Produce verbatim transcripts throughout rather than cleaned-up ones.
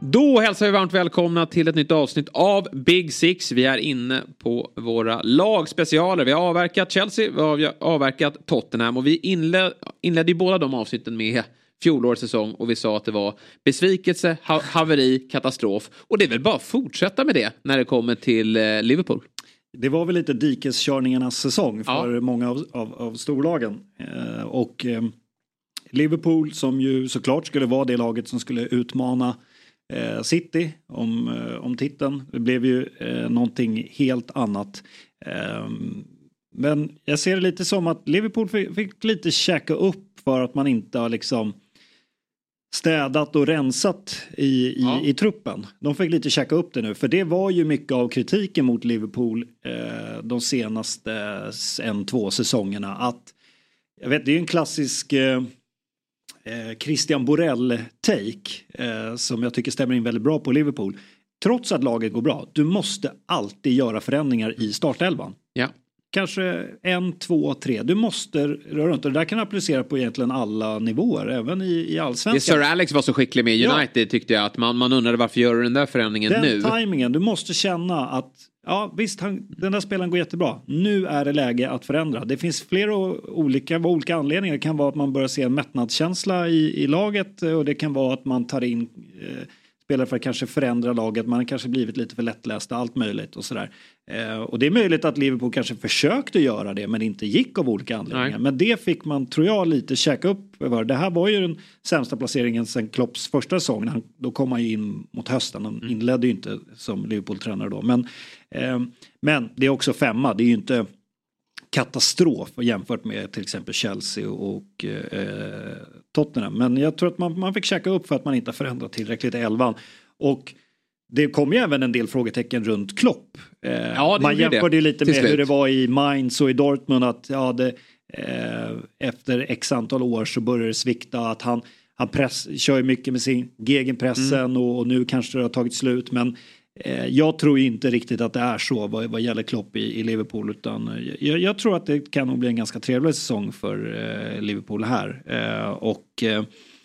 Då hälsar vi varmt välkomna till ett nytt avsnitt av Big Six. Vi är inne på våra lagspecialer. Vi har avverkat Chelsea, vi har avverkat Tottenham och vi inled, inledde ju båda de avsnitten med fjolårets säsong och vi sa att det var besvikelse, ha- haveri, katastrof. Och det är väl bara att fortsätta med det när det kommer till eh, Liverpool. Det var väl lite dikeskörningarnas säsong för ja. många av, av, av storlagen. Eh, och eh, Liverpool som ju såklart skulle vara det laget som skulle utmana eh, City om, eh, om titeln. Det blev ju eh, någonting helt annat. Eh, men jag ser det lite som att Liverpool fick, fick lite käka upp för att man inte har liksom städat och rensat i, i, ja. i truppen. De fick lite checka upp det nu. För det var ju mycket av kritiken mot Liverpool eh, de senaste en, två säsongerna. Att, jag vet, det är ju en klassisk eh, Christian Borrell-take eh, som jag tycker stämmer in väldigt bra på Liverpool. Trots att laget går bra, du måste alltid göra förändringar i startelvan. Ja. Kanske en, två, tre. Du måste röra runt. Det där kan applicera på egentligen alla nivåer. Även i, i allsvenskan. Det Sir Alex var så skicklig med United ja. tyckte jag. Att man, man undrade varför gör du den där förändringen den nu. Den tajmingen. Du måste känna att ja visst, han, den där spelaren går jättebra. Nu är det läge att förändra. Det finns flera olika, olika anledningar. Det kan vara att man börjar se en mättnadskänsla i, i laget. Och det kan vara att man tar in eh, spelare för att kanske förändra laget. Man har kanske blivit lite för lättlästa. Allt möjligt och sådär. Eh, och det är möjligt att Liverpool kanske försökte göra det men inte gick av olika anledningar. Nej. Men det fick man, tror jag, lite checka upp över. Det här var ju den sämsta placeringen sedan Klopps första säsong. Han, då kom han ju in mot hösten. Han mm. inledde ju inte som Liverpool-tränare då. Men, eh, men det är också femma. Det är ju inte katastrof jämfört med till exempel Chelsea och eh, Tottenham. Men jag tror att man, man fick checka upp för att man inte har förändrat tillräckligt i elvan. Och det kom ju även en del frågetecken runt Klopp. Eh, ja, man jämförde ju lite med hur det var i Mainz och i Dortmund. Att ja, det, eh, efter x antal år så börjar det svikta. Att han, han press, kör ju mycket med sin gegenpressen mm. och, och nu kanske det har tagit slut. Men eh, jag tror ju inte riktigt att det är så vad, vad gäller Klopp i, i Liverpool. Utan jag, jag tror att det kan nog bli en ganska trevlig säsong för eh, Liverpool här. Eh, och... Eh,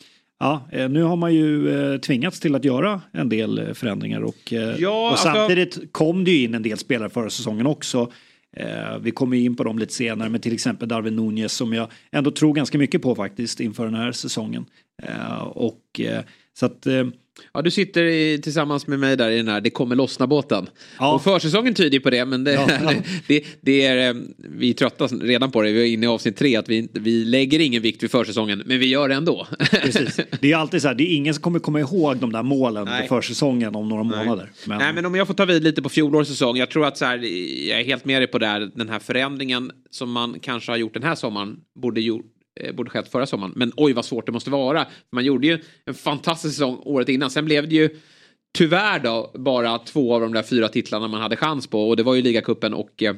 Ja, nu har man ju eh, tvingats till att göra en del förändringar och, eh, ja, och samtidigt alltså... kom det ju in en del spelare förra säsongen också. Eh, vi kommer in på dem lite senare, men till exempel Darwin Núñez som jag ändå tror ganska mycket på faktiskt inför den här säsongen. Eh, och eh, så att... Eh, Ja, du sitter i, tillsammans med mig där i den här Det kommer lossna båten. Ja. Och försäsongen tyder på det, men det, ja, ja. det, det är, vi är trötta redan på det. Vi är inne i avsnitt tre att vi, vi lägger ingen vikt vid försäsongen, men vi gör det ändå. Precis. Det är alltid så här, det är ingen som kommer komma ihåg de där målen Nej. för försäsongen om några Nej. månader. Men... Nej, men om jag får ta vid lite på fjolårets säsong, jag tror att så här, jag är helt med dig på det här, den här förändringen som man kanske har gjort den här sommaren borde gjort borde skett förra sommaren. Men oj vad svårt det måste vara. Man gjorde ju en fantastisk säsong året innan. Sen blev det ju tyvärr då bara två av de där fyra titlarna man hade chans på. Och det var ju ligacupen och eh,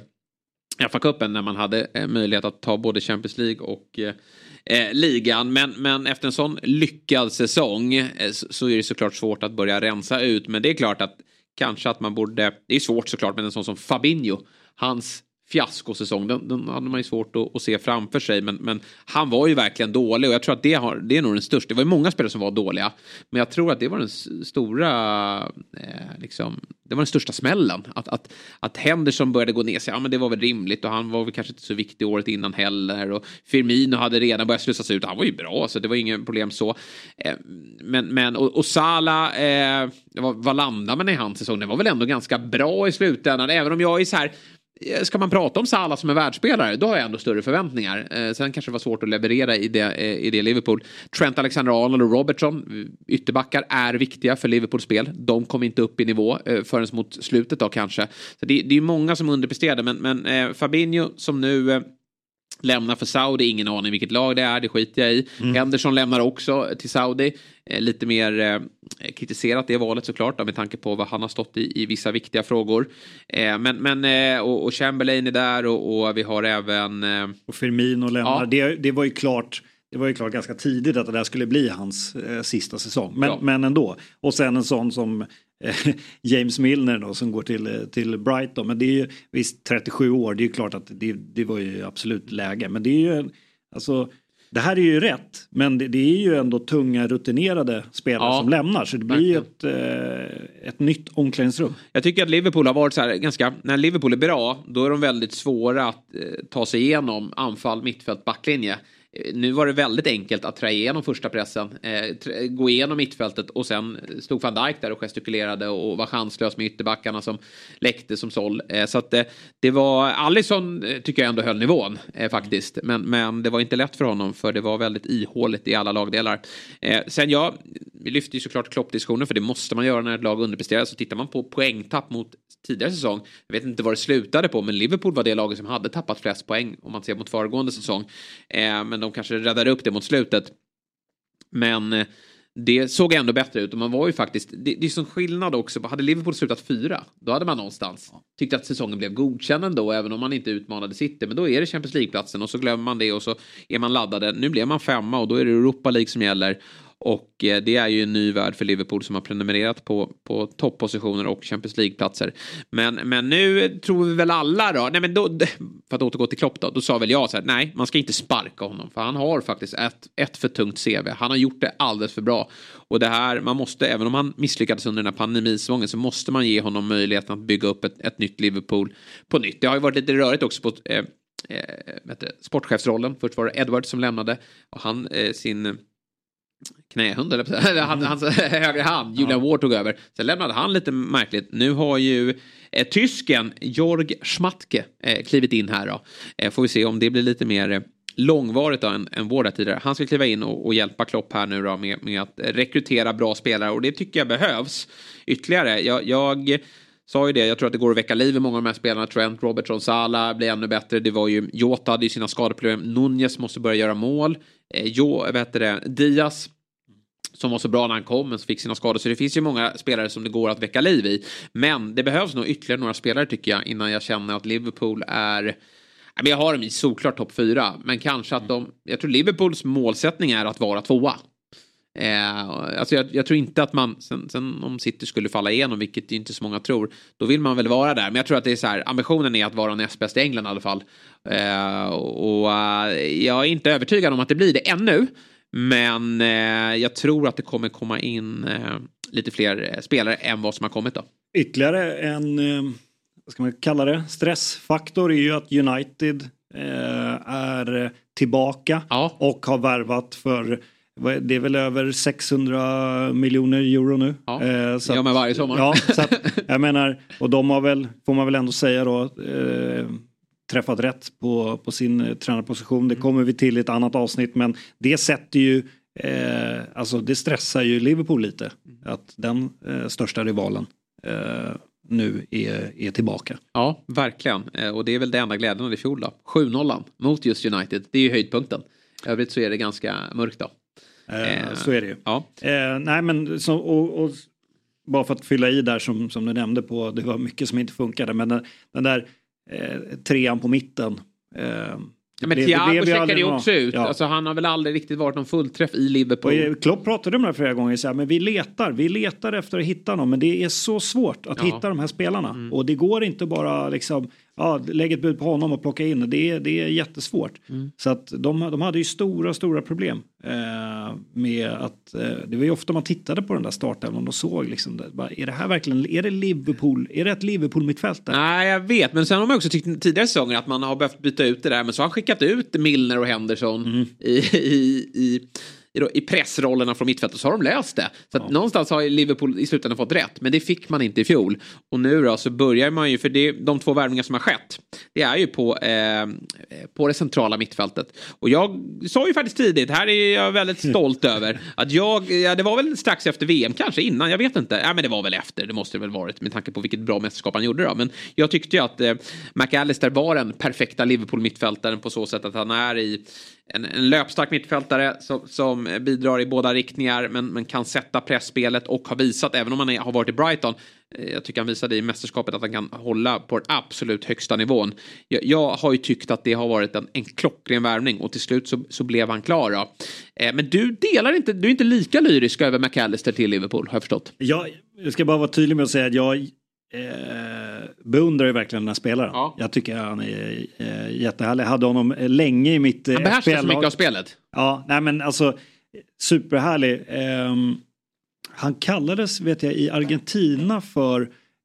F A-cupen när man hade eh, möjlighet att ta både Champions League och eh, ligan. Men, men efter en sån lyckad säsong eh, så, så är det såklart svårt att börja rensa ut. Men det är klart att kanske att man borde... Det är svårt såklart med en sån som Fabinho. Hans fiaskosäsong, den, den hade man ju svårt att, att se framför sig, men, men han var ju verkligen dålig och jag tror att det, har, det är nog den största. Det var ju många spelare som var dåliga, men jag tror att det var den stora eh, liksom, det var den största smällen att, att, att Henderson började gå ner sig, ja men det var väl rimligt och han var väl kanske inte så viktig året innan heller och Firmino hade redan börjat slussas ut, han var ju bra så det var ingen problem så eh, men, men och, och Salah eh, vad, vad landade man i hans säsong? Det var väl ändå ganska bra i slutändan, även om jag är så här. Ska man prata om Salah som en världsspelare, då har jag ändå större förväntningar. Eh, sen kanske det var svårt att leverera i det, eh, i det Liverpool. Trent Alexander-Arnold och Robertson, ytterbackar, är viktiga för Liverpools spel. De kom inte upp i nivå eh, förrän mot slutet då kanske. Så det, det är många som underpresterade, men, men eh, Fabinho som nu... Eh, lämnar för Saudi, ingen aning vilket lag det är, det skiter jag i. Mm. Henderson lämnar också till Saudi. Eh, lite mer eh, kritiserat det valet såklart, med tanke på vad han har stått i, i vissa viktiga frågor. Eh, men, men, eh, och, och Chamberlain är där och, och vi har även... Eh, och Firmino lämnar. Ja. Det, det var ju klart... Det var ju klart ganska tidigt att det där skulle bli hans eh, sista säsong. Men, ja. men ändå. Och sen en sån som eh, James Milner då, som går till, till Brighton. Men det är ju visst trettiosju år. Det är ju klart att det, det var ju absolut läge. Men det är ju alltså... Det här är ju rätt, men det, det är ju ändå tunga rutinerade spelare ja, som lämnar. Så det blir ju ett, eh, ett nytt omklädningsrum. Jag tycker att Liverpool har varit så här ganska... När Liverpool är bra, då är de väldigt svåra att eh, ta sig igenom anfall, mittfält, backlinje. Nu var det väldigt enkelt att trä igenom första pressen, eh, gå igenom mittfältet och sen stod Van Dijk där och gestikulerade och var chanslös med ytterbackarna som läckte som såll. Eh, så att eh, det var, Alisson tycker jag ändå höll nivån eh, faktiskt. Men, men det var inte lätt för honom för det var väldigt ihåligt i alla lagdelar. Eh, sen jag, vi lyfte ju såklart Klopp-diskussionen för det måste man göra när ett lag underpresterar. Så tittar man på poängtapp mot tidigare säsong, jag vet inte vad det slutade på, men Liverpool var det laget som hade tappat flest poäng om man ser mot föregående säsong. Eh, men de kanske räddade upp det mot slutet. Men det såg ändå bättre ut och man var ju faktiskt, det, det är som skillnad också, hade Liverpool slutat fyra, då hade man någonstans tyckt att säsongen blev godkänd ändå, även om man inte utmanade City, men då är det Champions League-platsen och så glömmer man det och så är man laddade. Nu blev man femma och då är det Europa League som gäller. Och det är ju en ny värld för Liverpool som har prenumererat på, på topppositioner och Champions League-platser. Men, men nu tror vi väl alla då, nej men då, för att återgå till Klopp då, då sa väl jag så här, nej man ska inte sparka honom. För han har faktiskt ett, ett för tungt C V. Han har gjort det alldeles för bra. Och det här, man måste, även om han misslyckades under den här pandemisvången så måste man ge honom möjligheten att bygga upp ett, ett nytt Liverpool på nytt. Det har ju varit lite rörigt också på eh, eh, sportchefsrollen. Först var det Edward som lämnade och han eh, sin... knähund eller han, hans högra hand, Julian ja. Ward tog över. Sen lämnade han lite märkligt. Nu har ju eh, tysken Jörg Schmatke eh, klivit in här då. Eh, får vi se om det blir lite mer eh, långvarigt då, än, än Ward tidigare. Han ska kliva in och, och hjälpa Klopp här nu då med, med att rekrytera bra spelare och det tycker jag behövs ytterligare. Jag, jag sa ju det, jag tror att det går att väcka liv i många av de här spelarna. Trent, Robertson, Salah blir ännu bättre. Det var ju Jota hade ju sina skadeproblem. Nunez måste börja göra mål. Eh, jo, vad heter det? Diaz som var så bra när han kom men fick sina skador. Så det finns ju många spelare som det går att väcka liv i. Men det behövs nog ytterligare några spelare tycker jag innan jag känner att Liverpool är... Jag har dem i såklart topp fyra. Men kanske att de... Jag tror Liverpools målsättning är att vara tvåa. Eh, alltså jag, jag tror inte att man... Sen, sen om City skulle falla igenom, vilket inte så många tror, då vill man väl vara där. Men jag tror att det är så här... Ambitionen är att vara näst bäst i England i alla fall. Eh, och och uh, jag är inte övertygad om att det blir det ännu. Men eh, jag tror att det kommer komma in eh, lite fler eh, spelare än vad som har kommit då. Ytterligare en, eh, vad ska man kalla det, stressfaktor är ju att United eh, är tillbaka ja. och har värvat för, det är väl över sexhundra miljoner euro nu. Ja, eh, så ja men varje sommar. Ja, så att, jag menar, och de har väl, får man väl ändå säga då, eh, träffat rätt på, på sin tränarposition. Det kommer vi till i ett annat avsnitt. Men det sätter ju... Eh, alltså det stressar ju Liverpool lite. Att den eh, största rivalen eh, nu är, är tillbaka. Ja, verkligen. Eh, och det är väl det enda glädjen i fjol då. sju noll mot just United. Det är ju höjdpunkten. Övrigt så är det ganska mörkt då. Eh, eh, så är det ju. Ja. Eh, nej men... Så, och, och, bara för att fylla i där som, som du nämnde på... Det var mycket som inte funkade. Men den, den där... Eh, trean på mitten. Eh, ja, men Thiago checkade ju också ut. Ja. Alltså, han har väl aldrig riktigt varit någon fullträff i Liverpool. Och Klopp pratade om det flera gånger. Så här, men vi letar, vi letar efter att hitta någon. Men det är så svårt att ja. hitta de här spelarna. Mm. Och det går inte bara liksom... Ja, lägga ett bud på honom och plocka in. Det är, det är jättesvårt. Mm. Så att de, de hade ju stora, stora problem eh, med att... Eh, det var ju ofta man tittade på den där starten och såg liksom... Det, bara, är det här verkligen... Är det Liverpool? Är det ett Liverpool-mittfält där? Nej, jag vet. Men sen har man också tyckt tidigare säsonger att man har behövt byta ut det där. Men så har han skickat ut Milner och Henderson mm. i... i, i i pressrollerna från mittfältet så har de löst det. Så att ja. någonstans har Liverpool i slutändan fått rätt. Men det fick man inte i fjol. Och nu då så börjar man ju, för det, de två värvningar som har skett, det är ju på, eh, på det centrala mittfältet. Och jag sa ju faktiskt tidigt, här är jag väldigt stolt över, att jag, ja, det var väl strax efter V M, kanske innan, jag vet inte. Ja, men det var väl efter, det måste det väl varit med tanke på vilket bra mästerskap han gjorde då. Men jag tyckte ju att eh, McAllister var den perfekta Liverpool-mittfältaren på så sätt att han är i En, en löpstark mittfältare som, som bidrar i båda riktningar men, men kan sätta pressspelet och har visat, även om han är, har varit i Brighton, eh, jag tycker han visade i mästerskapet att han kan hålla på den absolut högsta nivån. Jag, jag har ju tyckt att det har varit en, en klockren värvning och till slut så, så blev han klar då. Eh, men du delar inte, du är inte lika lyrisk över McAllister till Liverpool, har jag förstått. Jag, jag ska bara vara tydlig med att säga att jag eh, beundrar ju verkligen den här spelaren. Ja. Jag tycker han är äh, jättehärlig. Jag hade honom länge i mitt Han behärskar så mycket av spelet. Ja, nej men alltså superhärlig. Um, han kallades, vet jag, i Argentina för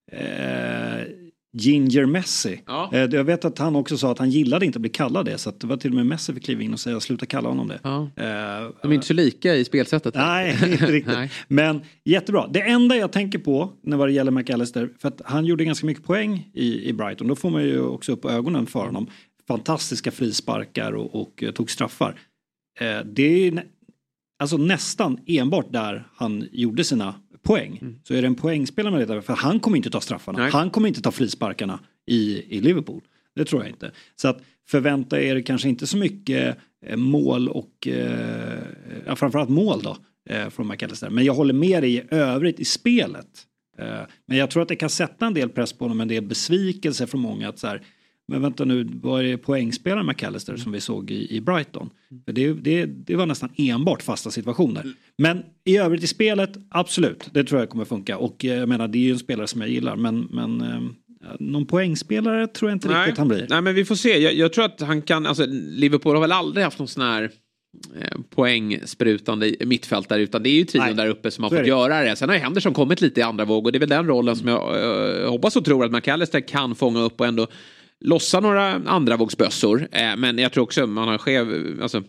uh, Ginger Messi. Ja. Uh, jag vet att han också sa att han gillade inte att bli kallad det. Så att det var till och med Messi fick kliva in och säga sluta kalla honom det. Ja. Uh, De är inte så lika i spelsättet. Nej, inte riktigt. Nej. Men jättebra. Det enda jag tänker på när det gäller McAllister, för att han gjorde ganska mycket poäng i, i Brighton. Då får man ju också upp ögonen för honom. Fantastiska frisparkar och, och, och tog straffar. Uh, det är alltså nästan enbart där han gjorde sina poäng. Mm. Så är det en poängspelare med det. För han kommer inte ta straffarna. Nej. Han kommer inte ta frisparkarna i, i Liverpool. Det tror jag inte. Så att förvänta er kanske inte så mycket eh, mål och eh, ja, framförallt mål då eh, från McAllister. Men jag håller med dig i övrigt i spelet. Eh, men jag tror att det kan sätta en del press på honom. En del besvikelse från många att så här, men vänta nu, vad är poängspelaren McAllister som vi såg i, i Brighton? För det, det, det var nästan enbart fasta situationer. Men i övrigt i spelet, absolut, det tror jag kommer funka. Och jag menar, det är ju en spelare som jag gillar. Men, men eh, någon poängspelare tror jag inte Nej. riktigt han blir. Nej, men vi får se. Jag, jag tror att han kan, alltså Liverpool har väl aldrig haft någon sån här eh, poängsprutande mittfältare, utan det är ju trion där uppe som har fått det. göra det. Sen har ju Henderson kommit lite i andra våg och det är väl den rollen som jag eh, hoppas och tror att McAllister kan fånga upp och ändå lossa några andra vågsbössor. Eh, men jag tror också man har skev, alltså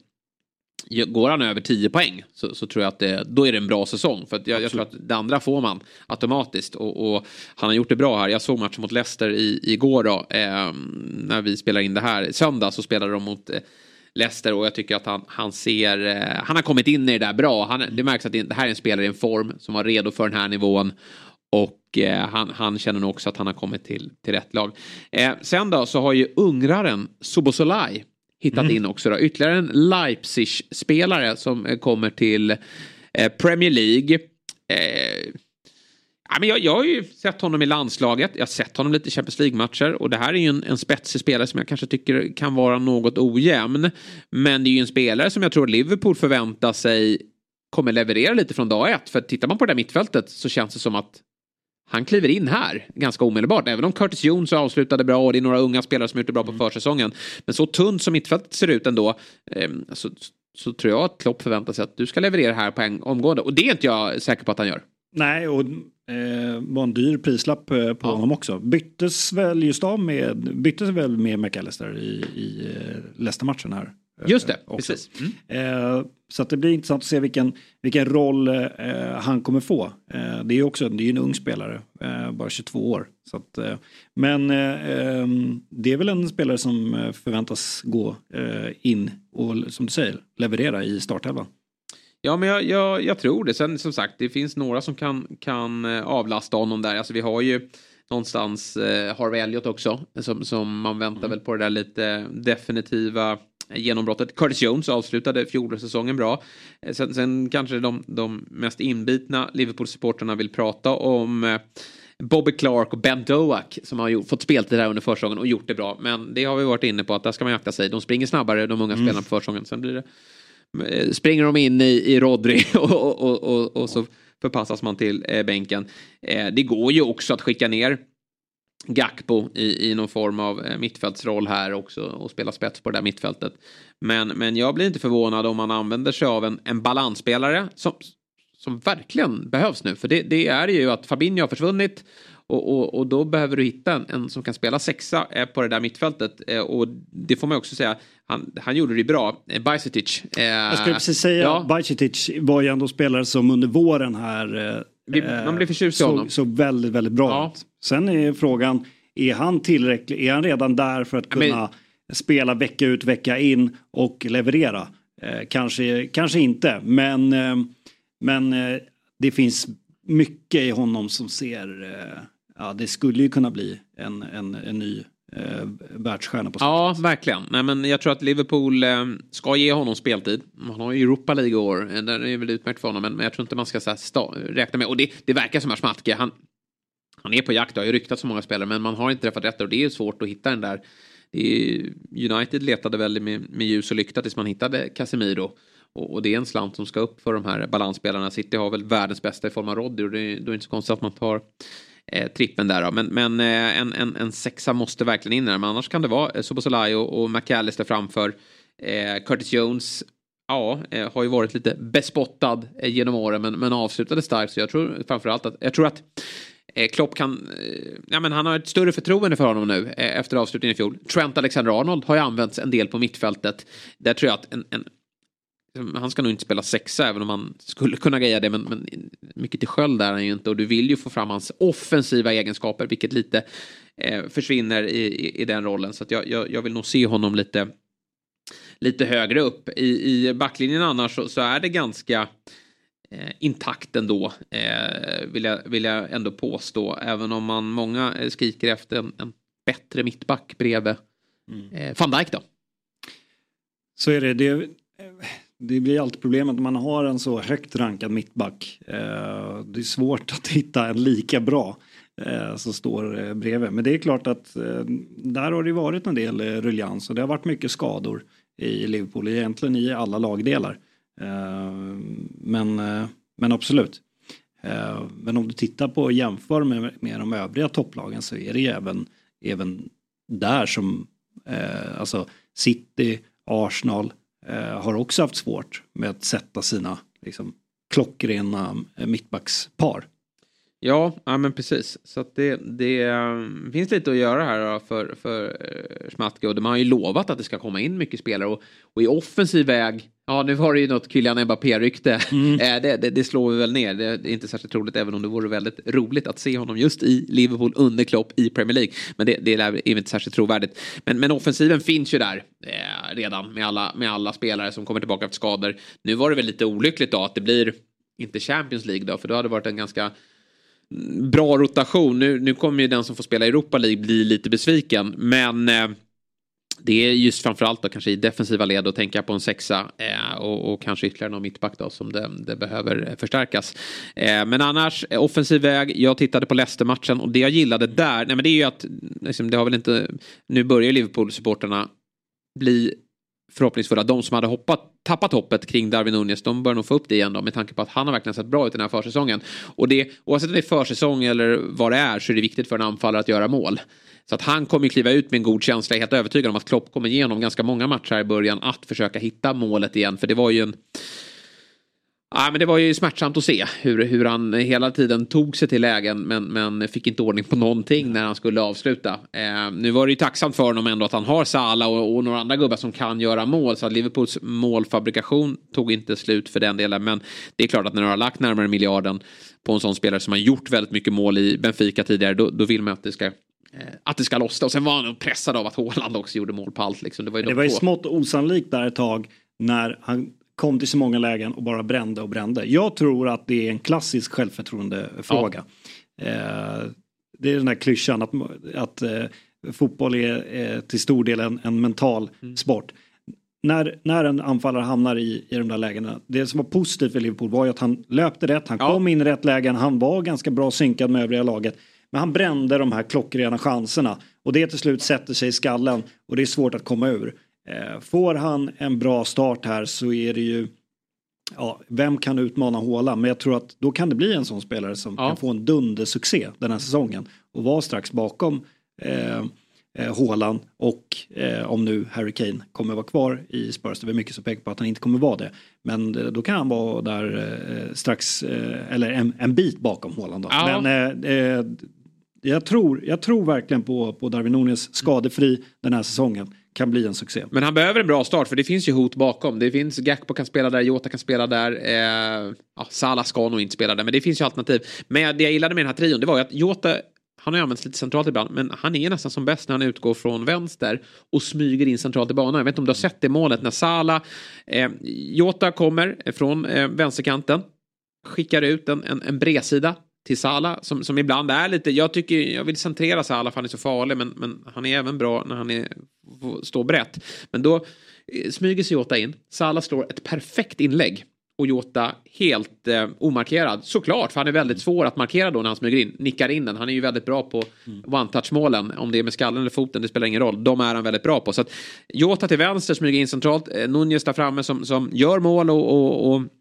går han över tio poäng så, så tror jag att det, då är det en bra säsong. För att jag, jag tror att det andra får man automatiskt. Och, och han har gjort det bra här. Jag såg matchen mot Leicester i, igår då. Eh, när vi spelar in det här. Söndag så spelade de mot eh, Leicester. Och jag tycker att han, han ser... Eh, han har kommit in i det där bra. Han, det märks att det, det här är en spelare i en form som var redo för den här nivån. Och eh, han, han känner nog också att han har kommit till, till rätt lag. Eh, sen då så har ju ungraren Szoboszlai hittat mm. in också då. Ytterligare en Leipzig-spelare som eh, kommer till eh, Premier League. Eh, ja, men jag, jag har ju sett honom i landslaget. Jag har sett honom lite i Champions League-matcher. Och det här är ju en, en spetsig spelare som jag kanske tycker kan vara något ojämn. Men det är ju en spelare som jag tror Liverpool förväntar sig kommer leverera lite från dag ett. För tittar man på det där mittfältet så känns det som att han kliver in här ganska omedelbart. Även om Curtis Jones avslutade bra och det är några unga spelare som gjort det bra på försäsongen. Men så tunt som mittfältet ser ut ändå eh, så, så tror jag att Klopp förväntar sig att du ska leverera här på en omgående. Och det är inte jag säker på att han gör. Nej, och eh, var en dyr prislapp på ja. honom också. Byttes väl just av med, byttes väl med McAllister i, i Leicester-matchen här. Just det, också. Precis. Mm. Eh, så att det blir intressant att se vilken, vilken roll eh, han kommer få. Eh, det är ju också det är en ung spelare, eh, bara tjugotvå år. Så att, eh, men eh, det är väl en spelare som förväntas gå eh, in och som du säger, leverera i startelvan. Ja, men jag, jag, jag tror det. Sen som sagt, det finns några som kan, kan avlasta honom där. Alltså vi har ju någonstans eh, Harvey Elliott också. Som, som man väntar mm. väl på det där lite definitiva genombrottet. Curtis Jones avslutade fjolårssäsongen bra. Sen, sen kanske de, de mest inbitna Liverpool-supporterna vill prata om eh, Bobby Clark och Ben Doak som har gjort, fått speltid här under försäsongen och gjort det bra. Men det har vi varit inne på att där ska man jakta sig. De springer snabbare, de unga mm. spelarna på försäsongen. Sen blir det springer de in i, i Rodri och, och, och, och så förpassas man till eh, bänken. Eh, det går ju också att skicka ner Gakpo i, i någon form av eh, mittfältsroll här också och spela spets på det där mittfältet. Men, men jag blir inte förvånad om man använder sig av en, en balansspelare som, som verkligen behövs nu. För det, det är ju att Fabinho har försvunnit. Och, och, och då behöver du hitta en, en som kan spela sexa eh, på det där mittfältet. Eh, och det får man också säga, han, han gjorde det bra. Eh, Bajsetic. Eh, Jag skulle precis säga, ja. Bajsetic var ju ändå spelare som under våren här eh, man blir förtjust i honom. Så väldigt, väldigt bra ja. ut. Sen är frågan, är han tillräcklig? Är han redan där för att kunna Men, spela vecka ut, vecka in och leverera? Eh, kanske, kanske inte, men, eh, men eh, det finns mycket i honom som ser... Eh, ja, det skulle ju kunna bli en, en, en ny eh, världsstjärna på Ja, plats. Verkligen. Nej, men jag tror att Liverpool eh, ska ge honom speltid. Man har ju Europa League år. Det är väl utmärkt för honom. Men, men jag tror inte man ska så här, sta- räkna med. Och det, det verkar som att Schmatke, han, han är på jakt. Det har ju ryktat så många spelare. Men man har inte träffat rätt. Och det är ju svårt att hitta den där. Det är, United letade väl med, med ljus och lykta tills man hittade Casemiro. Och, och det är en slant som ska upp för de här balansspelarna. City har väl världens bästa i form av Rodri. Och det, då är det inte så konstigt att man tar eh, trippen där då. Men, men eh, en, en, en sexa måste verkligen in där. Men annars kan det vara eh, Soboslaj och, och McAllister framför eh, Curtis Jones. Ja, eh, har ju varit lite bespottad eh, genom åren men, men avslutade starkt. Så jag tror framförallt att, jag tror att eh, Klopp kan, eh, ja men han har ett större förtroende för honom nu eh, efter avslutningen i fjol. Trent Alexander-Arnold har ju använts en del på mittfältet. Där tror jag att en, en han ska nog inte spela sexa även om han skulle kunna greja det, men, men mycket till sköld där är han ju inte, och du vill ju få fram hans offensiva egenskaper vilket lite eh, försvinner i, i, i den rollen, så att jag, jag, jag vill nog se honom lite lite högre upp i, i backlinjen. Annars så, så är det ganska eh, intakt ändå eh, vill, jag, vill jag ändå påstå, även om man många skriker efter en, en bättre mittback bredvid mm. eh, Van Dijk då. Så är det, det det blir alltid problemet när man har en så högt rankad mittback. Eh, det är svårt att hitta en lika bra eh, som står eh, bredvid. Men det är klart att eh, där har det varit en del eh, ruljans och det har varit mycket skador i Liverpool, egentligen i alla lagdelar. Eh, men, eh, men absolut. Eh, men om du tittar på och jämför med, med de övriga topplagen så är det ju även, även där som eh, alltså City, Arsenal har också haft svårt med att sätta sina liksom, klockrena mittbackspar. Ja, ja men precis. Så att det, det um, finns lite att göra här då för, för uh, Schmatke, och de har ju lovat att det ska komma in mycket spelare och, och i offensiv väg, ja nu var det ju något Kylian Mbappé-rykte. Mm. eh, det, det, det slår vi väl ner. Det, det är inte särskilt roligt, även om det vore väldigt roligt att se honom just i Liverpool under Klopp i Premier League. Men det, det är inte särskilt trovärdigt. Men, men offensiven finns ju där eh, redan med alla, med alla spelare som kommer tillbaka efter skador. Nu var det väl lite olyckligt då att det blir inte Champions League då, för då hade det varit en ganska bra rotation. Nu, nu kommer ju den som får spela i Europa League bli lite besviken. Men eh, det är just framförallt då kanske i defensiva led att tänka på en sexa eh, och, och kanske ytterligare någon mittback då som det, det behöver förstärkas. Eh, men annars, eh, offensiv väg. Jag tittade på Leicester-matchen och det jag gillade där, nej men det är ju att liksom, det har väl inte, nu börjar Liverpool-supporterna bli förhoppningsfulla. De som hade hoppat, tappat hoppet kring Darwin Núñez, de bör nog få upp det igen då, med tanke på att han har verkligen sett bra ut i den här försäsongen. Och det, oavsett om det är försäsong eller vad det är, så är det viktigt för en anfallare att göra mål. Så att han kommer kliva ut med en god känsla. Jag är helt övertygad om att Klopp kommer igenom ganska många matcher här i början att försöka hitta målet igen. För det var ju en... Ja, men det var ju smärtsamt att se hur, hur han hela tiden tog sig till lägen men, men fick inte ordning på någonting när han skulle avsluta. Eh, nu var det ju tacksamt för honom ändå att han har Salah och, och några andra gubbar som kan göra mål, så att Liverpools målfabrikation tog inte slut för den delen. Men det är klart att när du har lagt närmare miljarden på en sån spelare som har gjort väldigt mycket mål i Benfica tidigare, då, då vill man att det ska... att det ska lossna. Och sen var han pressad av att Haaland också gjorde mål på allt. Liksom. Det var ju, det var ju smått osannolikt där ett tag när han kom till så många lägen och bara brände och brände. Jag tror att det är en klassisk självförtroendefråga. Ja. Eh, det är den här klyschan att, att eh, fotboll är eh, till stor del en, en mental mm. sport. När, när en anfallare hamnar i, i de där lägena, det som var positivt för Liverpool var ju att han löpte rätt, han ja. kom in i rätt lägen, han var ganska bra synkad med övriga laget. Men han brände de här klockrena chanserna. Och det till slut sätter sig i skallen. Och det är svårt att komma ur. Eh, får han en bra start här så är det ju... Ja, vem kan utmana Haaland? Men jag tror att då kan det bli en sån spelare som ja. kan få en dundersuccé den här säsongen. Och vara strax bakom eh, eh, Haaland. Och eh, om nu Harry Kane kommer vara kvar i Spurs. Det är mycket som pekar på att han inte kommer vara det. Men eh, då kan han vara där eh, strax... Eh, eller en, en bit bakom Haaland då. Ja. Men... Eh, eh, Jag tror, jag tror verkligen på, på Darwin Núñez skadefri den här säsongen. Kan bli en succé. Men han behöver en bra start, för det finns ju hot bakom. Det finns Gakpo kan spela där, Jota kan spela där. Eh, ja, Salah ska nog inte spela där, men det finns ju alternativ. Men det jag gillade med den här trion, det var ju att Jota, han har ju använts lite centralt ibland, men han är nästan som bäst när han utgår från vänster och smyger in centralt i banan. Jag vet inte om du har sett det målet när Salah, eh, Jota kommer från eh, vänsterkanten, skickar ut en, en, en bredsida till Salah som, som ibland är lite, jag tycker jag vill centrera Salah för han är så farlig, men, men han är även bra när han är, står brett. Men då smyger sig Jota in, Salah slår ett perfekt inlägg och Jota helt eh, omarkerad, såklart, för han är väldigt svår att markera då när han smyger in, nickar in den, han är ju väldigt bra på mm. one-touch-målen, om det är med skallen eller foten, det spelar ingen roll, de är han väldigt bra på. Så att Jota till vänster smyger in centralt, eh, Núñez där framme som, som gör mål och, och, och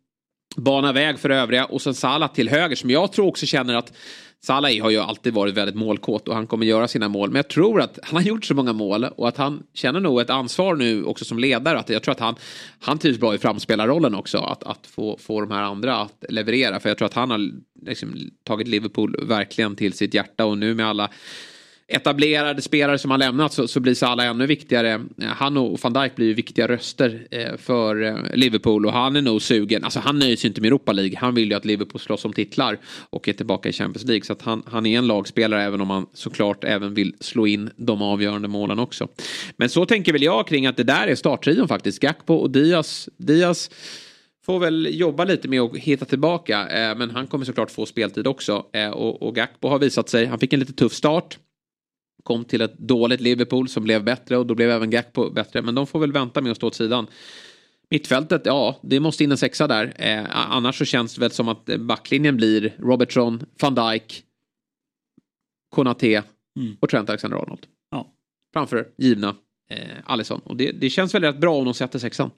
bana väg för övriga. Och sen Salah till höger som jag tror också känner att Salah har ju alltid varit väldigt målkåt och han kommer göra sina mål. Men jag tror att han har gjort så många mål och att han känner nog ett ansvar nu också som ledare. Att jag tror att han, han trivs bra i framspelarrollen också. Att, att få, få de här andra att leverera. För jag tror att han har liksom tagit Liverpool verkligen till sitt hjärta. Och nu med alla etablerade spelare som har lämnat så, så blir Salah ännu viktigare. Han och Van Dijk blir ju viktiga röster eh, för eh, Liverpool och han är nog sugen. Alltså han nöjer sig inte med Europa League. Han vill ju att Liverpool slåss om titlar och är tillbaka i Champions League. Så att han, han är en lagspelare även om han såklart även vill slå in de avgörande målen också. Men så tänker väl jag kring att det där är starttrion faktiskt. Gakpo och Diaz. Diaz får väl jobba lite med att hitta tillbaka. Eh, men han kommer såklart få speltid också. Eh, och, och Gakpo har visat sig. Han fick en lite tuff start. Kom till ett dåligt Liverpool som blev bättre och då blev även Gakpo bättre. Men de får väl vänta med att stå åt sidan. Mittfältet, ja, det måste in en sexa där. Eh, annars så känns det väl som att backlinjen blir Robertson, Van Dijk, Konaté mm. och Trent Alexander-Arnold. Ja. Framför givna eh, Alisson. Och det, det känns väl rätt bra om de sätter sexan.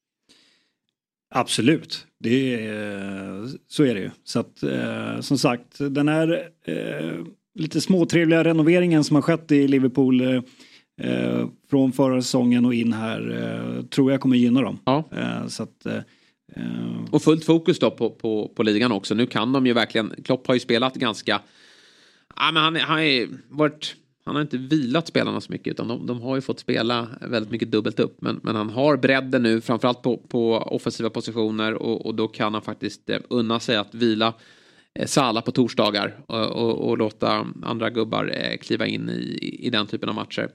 Absolut, det är, så är det ju. Så att, eh, som sagt, den här eh, lite småtrevliga renoveringen som har skett i Liverpool eh, från förra säsongen och in här eh, tror jag kommer gynna dem. Ja. Eh, så att, eh, och fullt fokus då på, på, på ligan också. Nu kan de ju verkligen, Klopp har ju spelat ganska, ja, men han, han, är, varit, han har inte vilat spelarna så mycket utan de, de har ju fått spela väldigt mycket dubbelt upp. Men, men han har bredden nu framförallt på, på offensiva positioner och, och då kan han faktiskt eh, unna sig att vila Salah på torsdagar och, och, och låta andra gubbar eh, kliva in i, i den typen av matcher.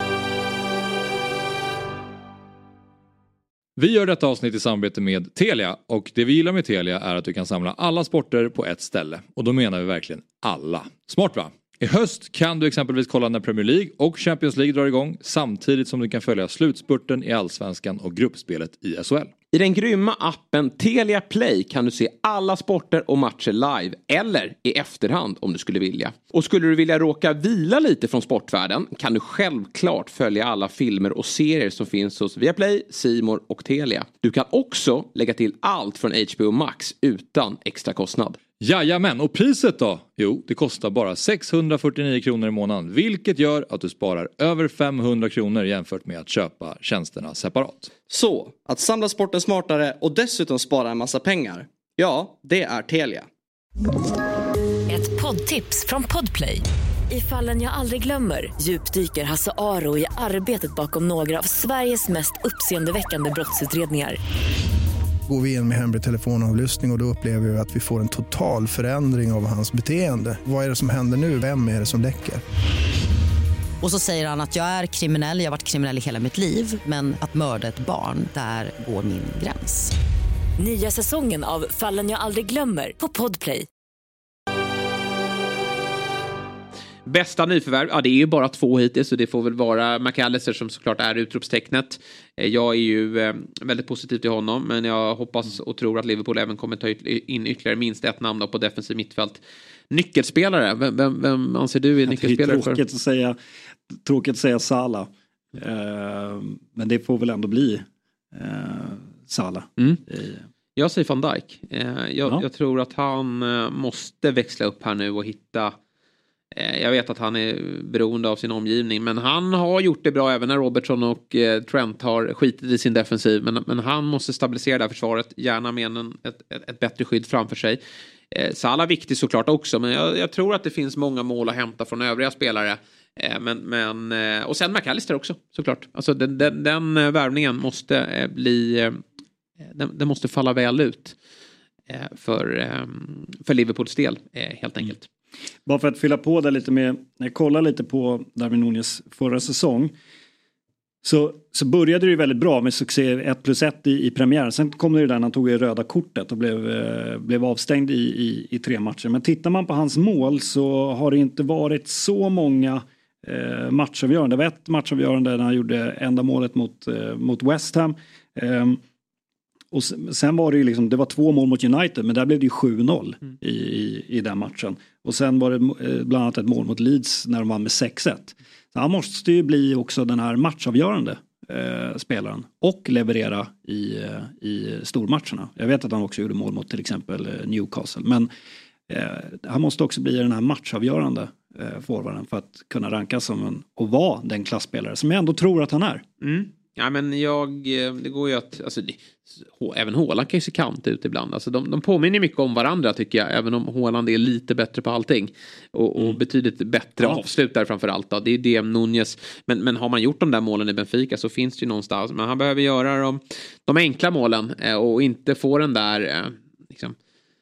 Vi gör detta avsnitt i samarbete med Telia och det vi gillar med Telia är att du kan samla alla sporter på ett ställe och då menar vi verkligen alla. Smart va? I höst kan du exempelvis kolla när Premier League och Champions League drar igång samtidigt som du kan följa slutspurten i Allsvenskan och gruppspelet i S H L. I den grymma appen Telia Play kan du se alla sporter och matcher live eller i efterhand om du skulle vilja. Och skulle du vilja råka vila lite från sportvärlden kan du självklart följa alla filmer och serier som finns hos Viaplay, C More och Telia. Du kan också lägga till allt från H B O Max utan extra kostnad. Jajamän, och priset då? Jo, det kostar bara sexhundrafyrtionio kronor i månaden, vilket gör att du sparar över femhundra kronor jämfört med att köpa tjänsterna separat. Så, att samla sporten smartare och dessutom spara en massa pengar, ja, det är Telia. Ett poddtips från Podplay. I Fallen jag aldrig glömmer djupdyker Hasse Aro i arbetet bakom några av Sveriges mest uppseendeväckande brottsutredningar. Går vi in med hemlig telefonavlyssning och, och då upplever vi att vi får en total förändring av hans beteende. Vad är det som händer nu? Vem är det som läcker? Och så säger han att jag är kriminell, jag har varit kriminell i hela mitt liv. Men att mörda ett barn, där går min gräns. Nya säsongen av Fallen jag aldrig glömmer på Podplay. Bästa nyförvärv, ja det är ju bara två hittills så det får väl vara McAllister som såklart är utropstecknet. Jag är ju eh, väldigt positiv till honom men jag hoppas och tror att Liverpool även kommer ta in ytterligare minst ett namn då på defensiv mittfält. Nyckelspelare, vem, vem, vem anser du är nyckelspelare? Det är tråkigt, för? Att säga, tråkigt att säga Salah. Eh, men det får väl ändå bli eh, Salah. Mm. Jag säger Van Dijk. Eh, jag, ja. jag tror att han eh, måste växla upp här nu och hitta. Jag vet att han är beroende av sin omgivning. Men han har gjort det bra även när Robertson och eh, Trent har skitit i sin defensiv. Men, men han måste stabilisera det här försvaret. Gärna med en, ett, ett, ett bättre skydd framför sig. Eh, Salah viktig såklart också. Men jag, jag tror att det finns många mål att hämta från övriga spelare. Eh, men, men, eh, och sen McAllister också såklart. Alltså den, den, den värvningen måste eh, bli... Eh, den, den måste falla väl ut. Eh, för, eh, för Liverpools del eh, helt enkelt. Mm. Bara för att fylla på det lite med, när jag kollar lite på Darwin Núñez förra säsong så, så började det ju väldigt bra med succé ett plus ett i, i premiären. Sen kom det ju där när han tog det röda kortet och blev, eh, blev avstängd i, i, i tre matcher. Men tittar man på hans mål så har det inte varit så många eh, matchavgörande. Det var ett matchavgörande när han gjorde enda målet mot, eh, mot West Ham. Eh, Och sen var det ju liksom, det var två mål mot United men där blev det ju sju noll mm. i, i, i den matchen. Och sen var det bland annat ett mål mot Leeds när de vann med sex ett. Så han måste ju bli också den här matchavgörande eh, spelaren och leverera i, eh, i stormatcherna. Jag vet att han också gjorde mål mot till exempel eh, Newcastle, men eh, han måste också bli den här matchavgörande eh, forwarden för att kunna rankas som en, och vara den klassspelare som jag ändå tror att han är. Mm. Ja, men jag, det går ju att, alltså, det, även Haaland kan ju se kant ut ibland. Alltså, de, de påminner mycket om varandra tycker jag, även om Haaland är lite bättre på allting. Och, och mm. betydligt bättre ja. avslutare framförallt. Då. Det är det Nunez, men, men har man gjort de där målen i Benfica så finns det ju någonstans. Men han behöver göra de, de enkla målen och inte få den där, liksom,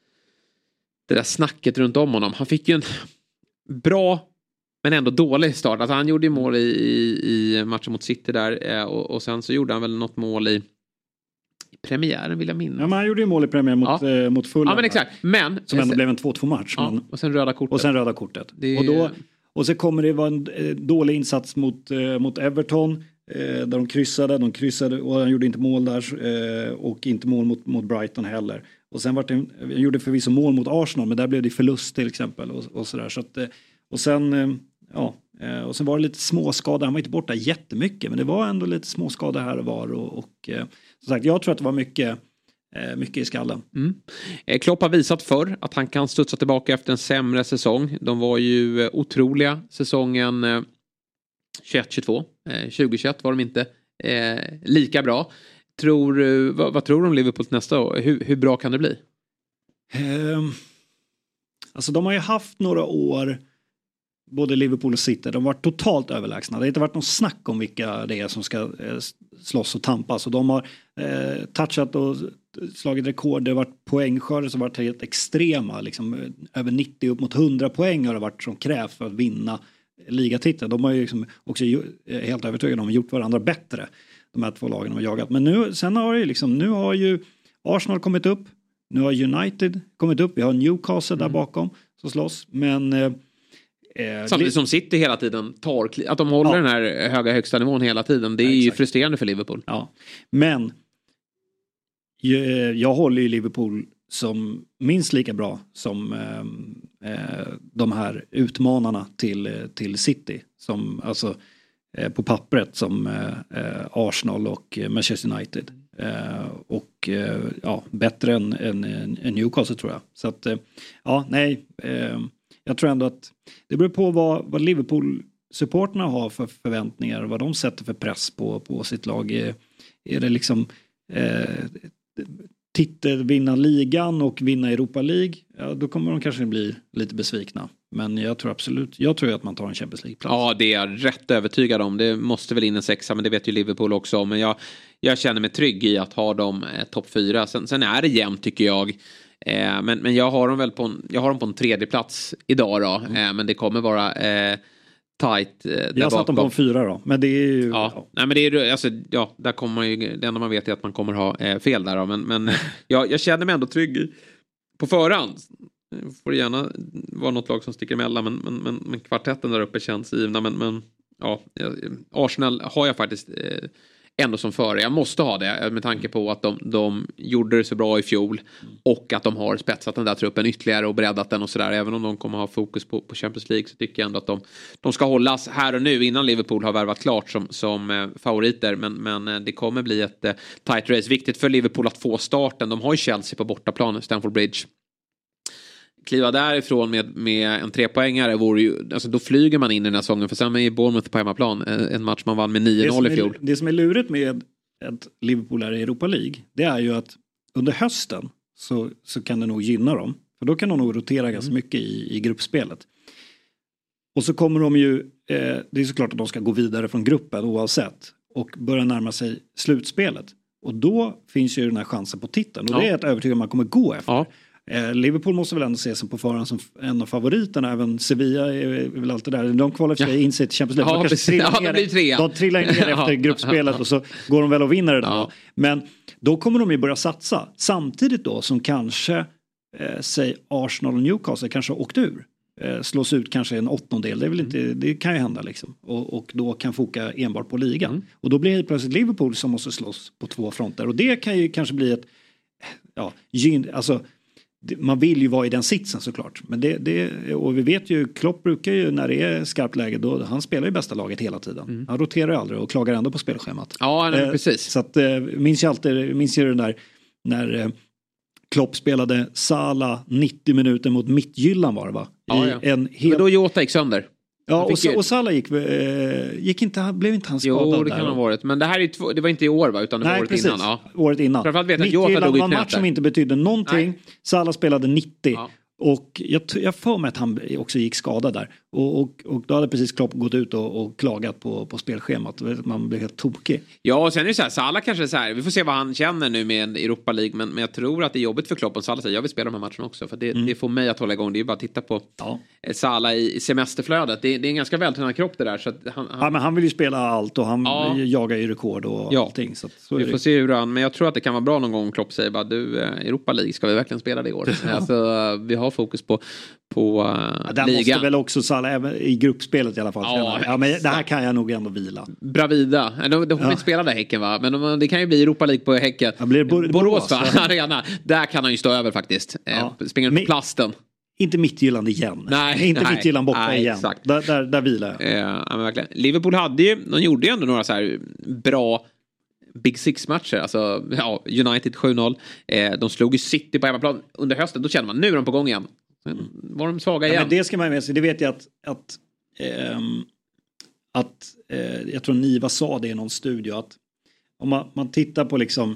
det där snacket runt om honom. Han fick ju en bra men ändå dålig start. Alltså han gjorde ju mål i, i, i matchen mot City där. Och, och sen så gjorde han väl något mål i, i premiären vill jag minnas. Ja, men han gjorde ju mål i premiären mot, ja. eh, mot Fulham. Ja, men exakt. Men, som ändå blev en två två match. Ja, men, och sen röda kortet. Och sen röda kortet. Det... Och, då, och så kommer det vara en eh, dålig insats mot, eh, mot Everton. Eh, där de kryssade. De kryssade och han gjorde inte mål där. Eh, och inte mål mot, mot Brighton heller. Och sen var det, han gjorde förvisso mål mot Arsenal. Men där blev det förlust till exempel. Och, och sådär. Så att, eh, och sen... Eh, Ja, och sen var det lite småskador. Han var inte borta jättemycket, men det var ändå lite småskador här och var. Och, och som sagt, jag tror att det var mycket, mycket i skallen. Mm. Klopp har visat förr att han kan studsa tillbaka efter en sämre säsong. De var ju otroliga säsongen tjugoett tjugotvå. tjugo tjugoett var de inte eh, lika bra. Tror, vad, vad tror du om Liverpool nästa år? Hur, hur bra kan det bli? Um, alltså de har ju haft några år... Både Liverpool och City, de har varit totalt överlägsna. Det har inte varit någon snack om vilka det är som ska eh, slåss och tampas. Och de har eh, touchat och slagit rekord. Det har varit poängskörder som har varit helt extrema. Liksom, över nittio upp mot hundra poäng har det varit som krävs för att vinna ligatiteln. De har ju liksom också helt övertygade om gjort varandra bättre. De här två lagen har jagat. Men nu, sen har det liksom, nu har ju Arsenal kommit upp. Nu har United kommit upp. Vi har Newcastle mm. där bakom som slåss. Men... Eh, Samtidigt som City hela tiden tar, att de håller ja. den här höga högsta nivån hela tiden. Det är ja, ju frustrerande för Liverpool. Ja. Men jag, jag håller ju Liverpool som minst lika bra som eh, de här utmanarna till, till City. Som alltså eh, på pappret som eh, Arsenal och Manchester United. Eh, och eh, ja, bättre än, än, än Newcastle tror jag. Så att eh, ja, nej... Eh, Jag tror ändå att det beror på vad, vad Liverpool-supporterna har för förväntningar. Vad de sätter för press på, på sitt lag. Är, är det liksom eh, titel, vinna ligan och vinna Europa League? Ja, då kommer de kanske bli lite besvikna. Men jag tror absolut, jag tror att man tar en Champions League-plats. Ja, det är jag rätt övertygad om. Det måste väl in en sexa, men det vet ju Liverpool också. Men jag, jag känner mig trygg i att ha dem eh, topp fyra. Sen, sen är det jämnt tycker jag. Eh, men, men jag har dem väl på en, jag har dem på en tredje plats idag då. Mm. Eh, men det kommer vara eh, tight. Eh, jag satt dem på en fyra då. Men det är ju... Ja, ja. Nej, men det är alltså, ja, där kommer man ju, det enda man vet är att man kommer ha eh, fel där då. Men, men jag, jag känner mig ändå trygg i, på förhand. Får det gärna vara något lag som sticker emellan. Men, men, men, men kvartetten där uppe känns givna. Men, men ja, Arsenal har jag faktiskt... Eh, ändå som före. Jag måste ha det med tanke på att de, de gjorde det så bra i fjol och att de har spetsat den där truppen ytterligare och breddat den och sådär. Även om de kommer ha fokus på, på Champions League så tycker jag ändå att de, de ska hållas här och nu innan Liverpool har värvat klart som, som eh, favoriter. Men, men det kommer bli ett eh, tight race. Viktigt för Liverpool att få starten. De har ju Chelsea på bortaplan, Stamford Bridge. Kliva därifrån med, med en trepoängare vore ju, alltså då flyger man in i den här säsongen för sen är Bournemouth på hemmaplan, en match man vann med nio noll i fjol. Det som är lurigt med att Liverpool är i Europa League, det är ju att under hösten så, så kan det nog gynna dem. För då kan de nog rotera mm. ganska mycket i, i gruppspelet. Och så kommer de ju, eh, det är såklart att de ska gå vidare från gruppen oavsett och börja närma sig slutspelet. Och då finns ju den här chansen på titeln. Och ja. det är ett övertygande man kommer gå efter. Ja. Liverpool måste väl ändå se sig på förhand som en av favoriterna. Även Sevilla är väl alltid där. De kvalificerar ja. in sig till Champions League. Ja, de, trillar ja, ner, de trillar ner efter ja. gruppspelet och så går de väl och vinner det där. Ja. Men då kommer de ju börja satsa. Samtidigt då som kanske eh, säg Arsenal och Newcastle kanske har åkt ur. Eh, slås ut kanske en åttondel. Det, är väl inte, mm. det kan ju hända liksom. Och, och då kan foka enbart på ligan. Mm. Och då blir det plötsligt Liverpool som måste slåss på två fronter. Och det kan ju kanske bli ett ja, gyn, alltså man vill ju vara i den sitsen såklart. Men det, det, och vi vet ju, Klopp brukar ju när det är skarpt läge, då, han spelar ju bästa laget hela tiden. Mm. Han roterar ju aldrig och klagar ändå på spelschemat. Ja, nej, eh, precis. Så att, eh, minns jag alltid, minns jag den där när eh, Klopp spelade Salah nittio minuter mot Midtjylland var det va? Ja, I ja. en hel... Men då Jota gick sönder. Ja, och, ju... och Salah gick, eh, gick inte, blev inte han skadad. Jo, det kan där. ha varit. Men det här är två, det var inte i år va? Utan det var Nej, året precis. innan. Ja. Året innan. Framförallt vet att Jota drog i var en match som inte betydde någonting. Nej. Salah spelade nittio. Ja. Och jag, jag får mig att han också gick skadad där. Och, och, och då hade precis Klopp gått ut och, och klagat på, på spelschemat. Man blev helt tokig. Ja, och sen är det så här, Salah kanske så här, vi får se vad han känner nu med Europa League. Men, men jag tror att det är jobbigt för Klopp och Salah säger, jag vill spela de här matcherna också. För det, mm. det får mig att hålla igång. Det är ju bara att titta på ja. Salah i semesterflödet. Det, det är en ganska vältränad kropp det där. Så att han, han... Ja, men han vill ju spela allt och han ja. jagar ju rekord och ja. allting. Så, att, så vi får det. se hur han, men jag tror att det kan vara bra någon gång om Klopp säger bara, du, Europa League, ska vi verkligen spela det i år? Ja. Alltså, vi har fokus på på uh, ja, där ligan. Måste väl också Salah, även i gruppspelet i alla fall. Ja, ja, men det här kan jag nog ändå vila. Bravida. De, de får ja. inte spela där Häcken va? Men de, det kan ju bli Europa League på Häcken. Ja, blir Bor- Borås va? Arena. Där kan han ju stå över faktiskt. Ja. Eh, springa på plasten. Inte Midtjylland igen. Nej, inte nej, Midtjylland borta nej, igen. Exakt. Där, där, där vilar jag. Eh, ja, men verkligen. Liverpool hade ju, de gjorde ju ändå några så här bra Big Six-matcher, alltså ja, United sju noll. Eh, de slog ju City på hemmaplan under hösten. Då kände man, nu är de på gång igen. Sen var de svaga igen. Ja, men det ska man med sig. Det vet jag att att, ähm, att äh, jag tror Niva sa det i någon studio att om man, man tittar på liksom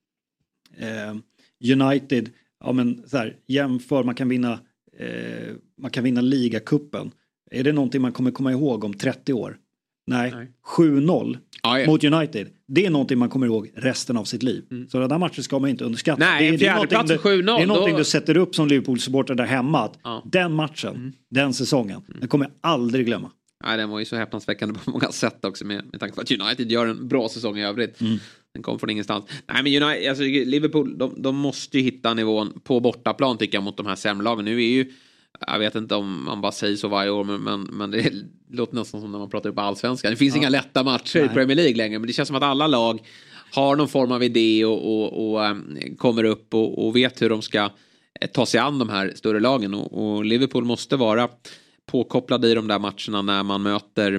äh, United, ja men så här, jämför, man kan vinna äh, man kan vinna ligacupen. Är det någonting man kommer komma ihåg om trettio år? Nej, Nej. sju noll ah, ja. mot United. Det är någonting man kommer ihåg resten av sitt liv. Mm. Så den där matchen ska man inte underskatta. Nej, det, är, det är någonting, du, sju noll, det är någonting då... du sätter upp som Liverpool-supporter där hemma. Att ja. Den matchen, mm. den säsongen, mm. den kommer jag aldrig glömma. Nej, den var ju så häpnadsväckande på många sätt också med, med tanke på att United gör en bra säsong i övrigt. Mm. Den kom från ingenstans. Nej, men United, alltså Liverpool, de, de måste ju hitta nivån på bortaplan tycker jag mot de här sämre lagen. Nu är ju, jag vet inte om man bara säger så varje år, men, men, men det låter nästan som när man pratar upp allsvenskan. Det finns ja. inga lätta matcher Nej. i Premier League längre, men det känns som att alla lag har någon form av idé och, och, och um, kommer upp och, och vet hur de ska eh, ta sig an de här större lagen. Och, och Liverpool måste vara påkopplade i de där matcherna när man möter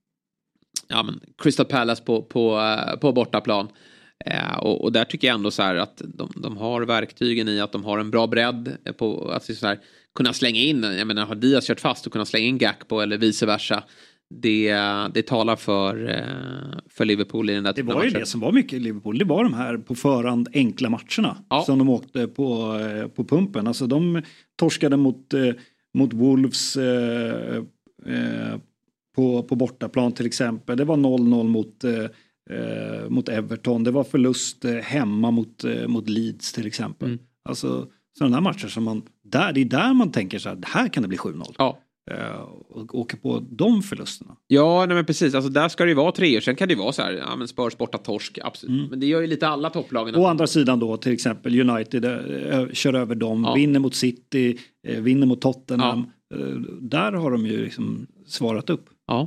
ja, men Crystal Palace på, på, uh, på bortaplan. Uh, och, och där tycker jag ändå så här att de, de har verktygen i att de har en bra bredd på att så här, kunna slänga in, jag menar har Diaz kört fast och kunna slänga in Gakpo eller vice versa. Det, det talar för, för Liverpool i den där Det var ju matcher. Det som var mycket i Liverpool. Det var de här på förhand enkla matcherna ja. som de åkte på, på pumpen. Alltså de torskade mot, mot Wolves eh, eh, på, på bortaplan till exempel. Det var noll noll mot, eh, mot Everton. Det var förlust hemma mot, mot Leeds till exempel. Mm. Alltså sådana här matcher som man, där, det är där man tänker så här, det här kan det bli sju noll. Ja. Uh, och åka på de förlusterna. Ja, nej men precis. Alltså där ska det ju vara tre år. Sen kan det ju vara så här, ja men Spurs borta torsk, absolut. Mm. Men det gör ju lite alla topplagen. Å andra sidan då, till exempel United uh, kör över dem, ja. vinner mot City, uh, vinner mot Tottenham. Ja. Uh, där har de ju liksom svarat upp. Ja.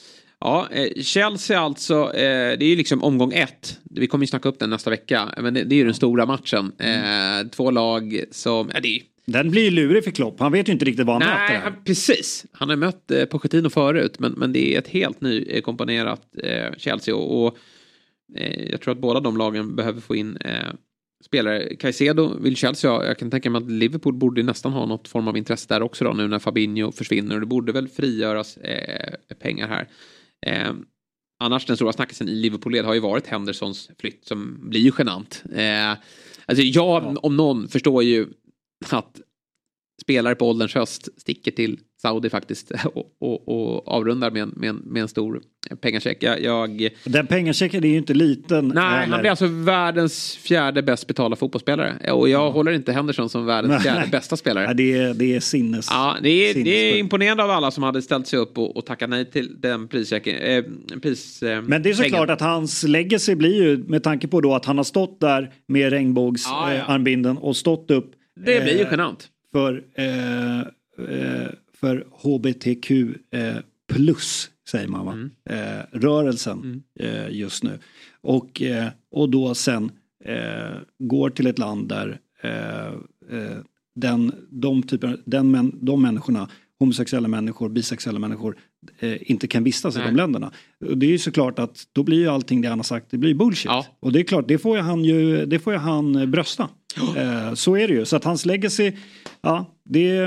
Ja, Chelsea alltså, eh, det är ju liksom omgång ett. Vi kommer ju snacka upp den nästa vecka. Men det, det är ju den stora matchen. Mm. Eh, två lag som, ja det är Den blir ju lurig för Klopp. Han vet ju inte riktigt vad han Nej, möter. Han, precis. Han har mött eh, Pochettino förut. Men, men det är ett helt nykomponerat eh, Chelsea. Och, och eh, jag tror att båda de lagen behöver få in eh, spelare. Caicedo vill Chelsea ha. Jag kan tänka mig att Liverpool borde nästan ha något form av intresse där också då. Nu när Fabinho försvinner. Och det borde väl frigöras eh, pengar här. Eh, annars den stora snackisen i Liverpool-led har ju varit Hendersons flytt. Som blir ju genant. Eh, alltså jag ja. om någon förstår ju att spelare på ålderns höst sticker till Saudi faktiskt och, och, och avrundar med en, med, en, med en stor pengacheck. Jag, jag... Den pengachecken är ju inte liten. Nej, eller? Han blir alltså världens fjärde bäst betalda fotbollsspelare. Och jag ja. håller inte Henderson som världens Nej. fjärde bästa spelare. Ja, det, är, det är sinnes. Ja, det är, det är imponerande av alla som hade ställt sig upp och, och tackat nej till den prischecken. Eh, pris, eh, Men det är såklart att hans legacy blir ju, med tanke på då att han har stått där med regnbågsarmbinden ja, ja. och stått upp. Det blir ju genant. För, eh, eh, för H B T Q eh, plus säger man va? Mm. Eh, rörelsen mm. eh, just nu. Och, eh, och då sen eh, går till ett land där eh, eh, den, de, typer, den män, de människorna, homosexuella människor, bisexuella människor eh, inte kan vistas Nej. i de länderna. Det är ju såklart att då blir ju allting det han har sagt, det blir bullshit. Ja. Och det är klart, det får ju han ju, det får ju han brösta. Oh. Eh, så är det ju. Så att hans legacy, ja, det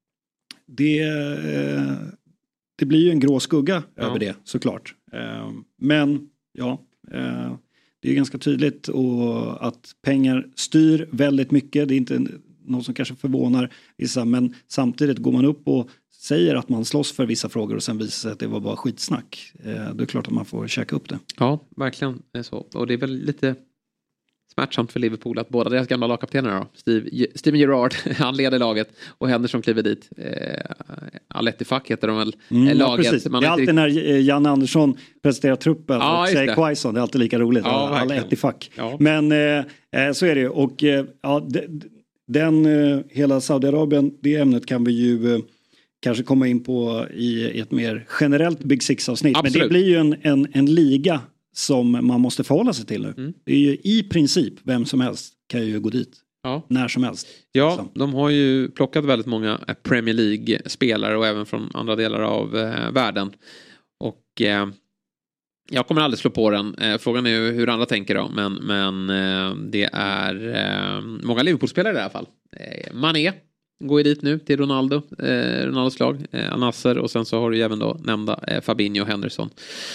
det, eh, det blir ju en grå skugga ja. över det, såklart. Eh, men, ja, eh, det är ganska tydligt och att pengar styr väldigt mycket. Det är inte något som kanske förvånar vissa, men samtidigt går man upp och säger att man slåss för vissa frågor och sen visar sig att det var bara skitsnack. Eh, det är klart att man får käka upp det. Ja, verkligen är så. Och det är väl lite smärtsamt för Liverpool att båda deras gamla lagkaptener då, Steve, Steven Gerrard, han leder laget och Henderson kliver dit. Eh, Al-Ettifaq heter de väl mm, laget. Ja, Man det är alltid riktigt... när Jan Andersson presenterar truppen ja, och säger Quaison, det är alltid lika roligt. Ja, Al-Ettifaq. Ja. Men eh, så är det ju. Och eh, ja, den, eh, hela Saudiarabien, det ämnet kan vi ju eh, kanske komma in på i, i ett mer generellt Big Six-avsnitt. Men det blir ju en, en, en liga som man måste förhålla sig till nu. Mm. Det är ju i princip vem som helst kan ju gå dit. Ja. När som helst. Ja, så. De har ju plockat väldigt många Premier League-spelare och även från andra delar av eh, världen. Och eh, jag kommer aldrig slå på den. Eh, frågan är ju hur andra tänker då. Men, men eh, det är eh, många Liverpool-spelare i alla fall. Eh, Mané går ju dit nu till Ronaldo. Eh, Ronaldos lag. Eh, Al-Nassr och sen så har du ju även då nämnda eh, Fabinho och Henderson.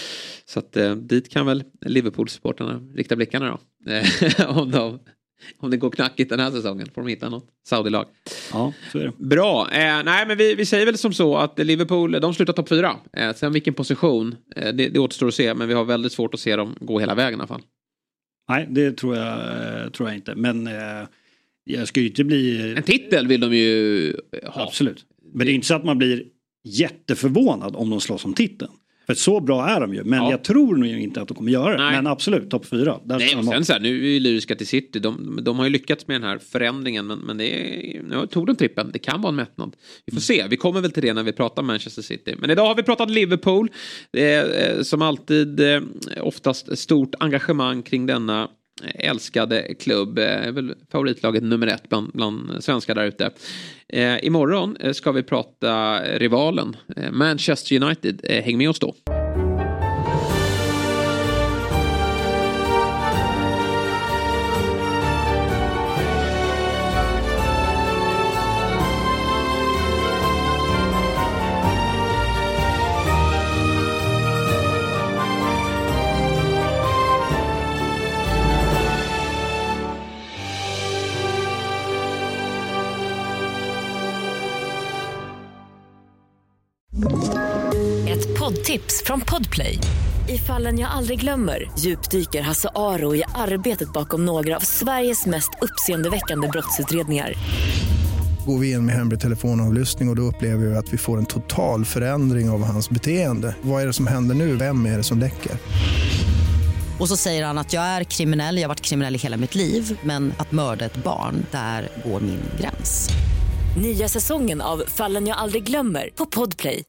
Så att eh, dit kan väl Liverpool-supporterna rikta blickarna då. om, de, om det går knackigt den här säsongen får de hitta något Saudi-lag. Ja, så är det. Bra. Eh, nej, men vi, vi säger väl som så att Liverpool, de slutar topp fyra. Eh, sen vilken position, eh, det, det återstår att se. Men vi har väldigt svårt att se dem gå hela vägen i alla fall. Nej, det tror jag, eh, tror jag inte. Men eh, jag ska ju inte bli... En titel vill de ju ha. Absolut. Men det är inte så att man blir jätteförvånad om de slåss om titeln. För så bra är de ju. Men ja. jag tror nog inte att de kommer göra det. Nej. Men absolut, topp fyra. Där Nej, och sen så här, nu är ju lyriska till City. De, de har ju lyckats med den här förändringen. Men, men det är, nu tog de trippen. Det kan vara en mättnad. Vi får mm. se. Vi kommer väl till det när vi pratar Manchester City. Men idag har vi pratat Liverpool. Det är eh, som alltid eh, oftast stort engagemang kring denna älskade klubb. Är väl favoritlaget nummer ett bland, bland svenskar där ute. Eh, imorgon ska vi prata rivalen eh, Manchester United. Eh, häng med oss då. Tips från Podplay. I Fallen jag aldrig glömmer djupdyker Hasse Aro i arbetet bakom några av Sveriges mest uppseendeväckande brottsutredningar. Går vi in med hemlig telefonavlyssning och, och då upplever vi att vi får en total förändring av hans beteende. Vad är det som händer nu? Vem är det som läcker? Och så säger han att jag är kriminell, jag har varit kriminell i hela mitt liv. Men att mörda ett barn, där går min gräns. Nya säsongen av Fallen jag aldrig glömmer på Podplay.